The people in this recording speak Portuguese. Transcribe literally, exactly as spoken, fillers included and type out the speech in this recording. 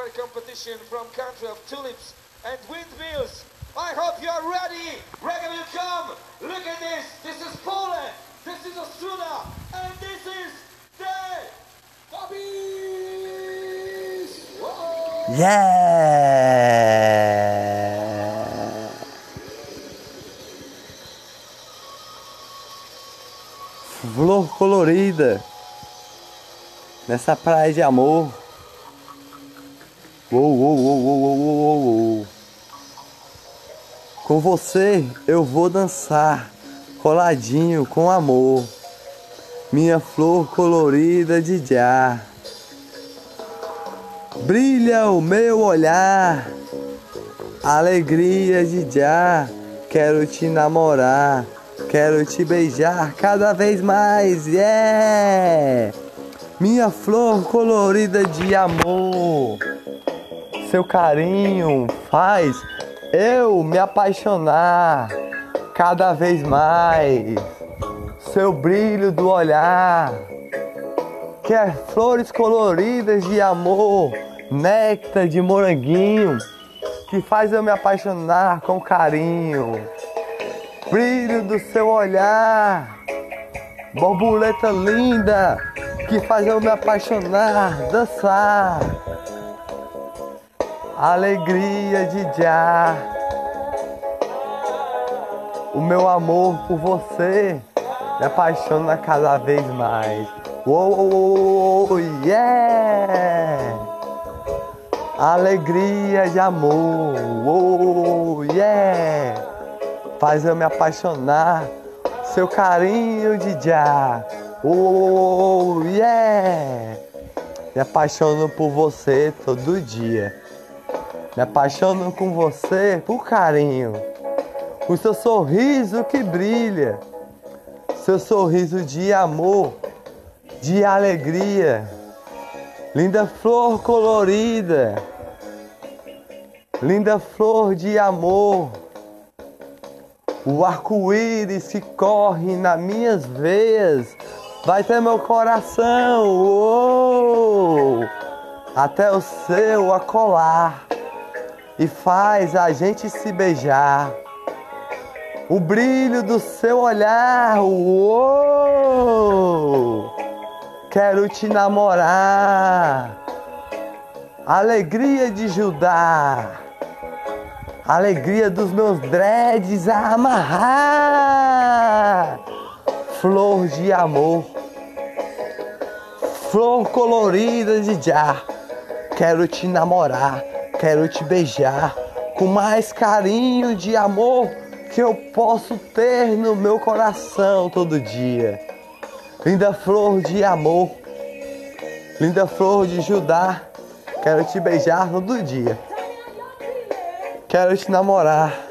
our competition from country of tulips and windmills. I hope you are ready. Reggae will come. Look at this. This is Poland. This is Australia. And this is the Bobbies. Yeah! Flor colorida nessa praia de amor. Uou, uou, uou, uou, uou, uou, uou. Com você eu vou dançar, coladinho com amor, minha flor colorida de já. Brilha o meu olhar, alegria de já. Quero te namorar, quero te beijar cada vez mais, yeah! Minha flor colorida de amor. Seu carinho faz eu me apaixonar cada vez mais. Seu brilho do olhar, quer flores coloridas de amor, néctar de moranguinho, que faz eu me apaixonar com carinho. Brilho do seu olhar, borboleta linda, que faz eu me apaixonar, dançar. Alegria de já. O meu amor por você me apaixona cada vez mais. Oh, yeah! Alegria de amor. Oh, yeah! Faz eu me apaixonar. Seu carinho de já. Oh, yeah! Me apaixono por você todo dia. Me apaixono com você por carinho. O seu sorriso que brilha. Seu sorriso de amor, de alegria. Linda flor colorida. Linda flor de amor. O arco-íris que corre nas minhas veias vai ter meu coração. Oh! Até o seu acolá. E faz a gente se beijar. O brilho do seu olhar, uou! Quero te namorar. Alegria de Judá. Alegria dos meus dreads a amarrar. Flor de amor. Flor colorida de já. Quero te namorar. Quero te beijar com mais carinho de amor que eu posso ter no meu coração todo dia. Linda flor de amor, linda flor de Judá, quero te beijar todo dia. Quero te namorar.